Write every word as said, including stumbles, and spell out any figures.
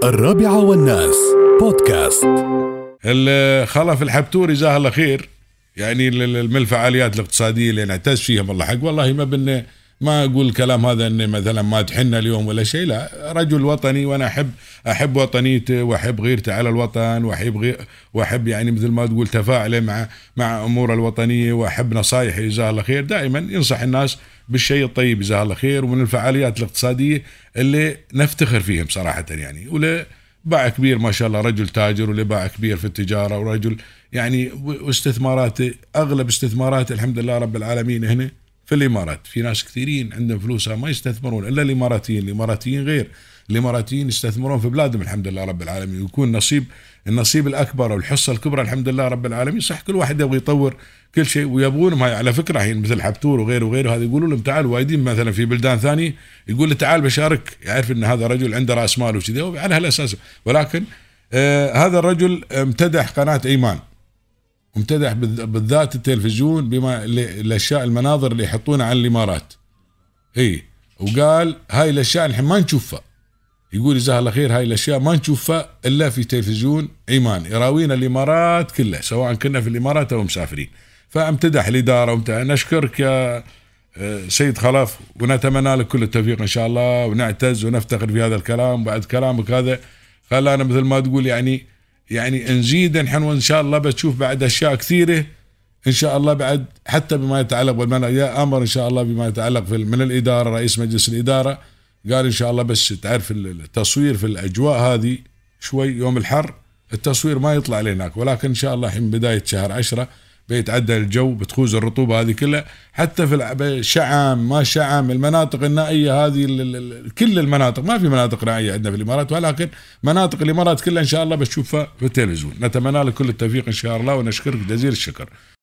الرابعة والناس بودكاست. خلف الحبتوري جزاه الله خير، يعني من الفعاليات الاقتصادية اللي نعتز فيها والله حق، والله ما بن ما أقول الكلام هذا إن مثلا ما تحنا اليوم ولا شيء، لا، رجل وطني وأنا أحب أحب وطنيته وأحب غيرته على الوطن، وأحب غير وأحب يعني مثل ما تقول تفاعله مع مع أمور الوطنية، وأحب نصايحه جزاه الله خير، دائما ينصح الناس بالشيء الطيب جزاه الله خير. ومن الفعاليات الاقتصادية اللي نفتخر فيهم صراحة يعني، ولا باع كبير ما شاء الله، رجل تاجر ولا باع كبير في التجارة، ورجل يعني واستثماراته أغلب استثماراته الحمد لله رب العالمين هنا في الإمارات. في ناس كثيرين عندهم فلوسها ما يستثمرون إلا الإماراتيين، الإماراتيين غير، الإماراتيين يستثمرون في بلادهم الحمد لله رب العالمين، ويكون نصيب النصيب الأكبر والحصة الكبرى الحمد لله رب العالمين. صح كل واحد يبغى يطور كل شيء ويبغونهم، هاي على فكرة هي مثل حبتور وغيره وغيره، هذا يقولوا لهم تعال، وايدين مثلا في بلدان ثانية يقول له تعال بشارك، يعرف إن هذا رجل عنده رأس مال وكذا وعلى هالأساس. ولكن آه هذا الرجل امتدح قناة إيمان، وامتدح بالذات التلفزيون بما الاشياء المناظر اللي يحطونها عن الامارات، اي وقال هاي الاشياء الحين ما نشوفها، يقول جزاه الله خير هاي الاشياء ما نشوفها الا في تلفزيون ايمان، يراوينا الامارات كلها سواء كنا في الامارات او مسافرين. فامتدح الاداره وامتدح. نشكرك يا سيد خلف، ونتمنى لك كل التوفيق ان شاء الله، ونعتز ونفتخر في هذا الكلام. بعد كلامك هذا خلانا مثل ما تقول يعني يعني نزيد نحن، وإن شاء الله بتشوف بعد أشياء كثيرة إن شاء الله بعد، حتى بما يتعلق بالمنع يا أمر إن شاء الله بما يتعلق في من الإدارة، رئيس مجلس الإدارة قال إن شاء الله بس تعرف التصوير في الأجواء هذه شوي يوم الحر التصوير ما يطلع لهناك، ولكن إن شاء الله حين بداية شهر عشرة بيتعدل الجو، بتخوز الرطوبة هذه كلها، حتى في الشعام ما شعام المناطق النائية هذه، كل المناطق، ما في مناطق نائية عندنا في الإمارات، ولكن مناطق الإمارات كلها إن شاء الله بتشوفها في التلفزيون. نتمنى لك كل التوفيق إن شاء الله، ونشكرك جزيل الشكر.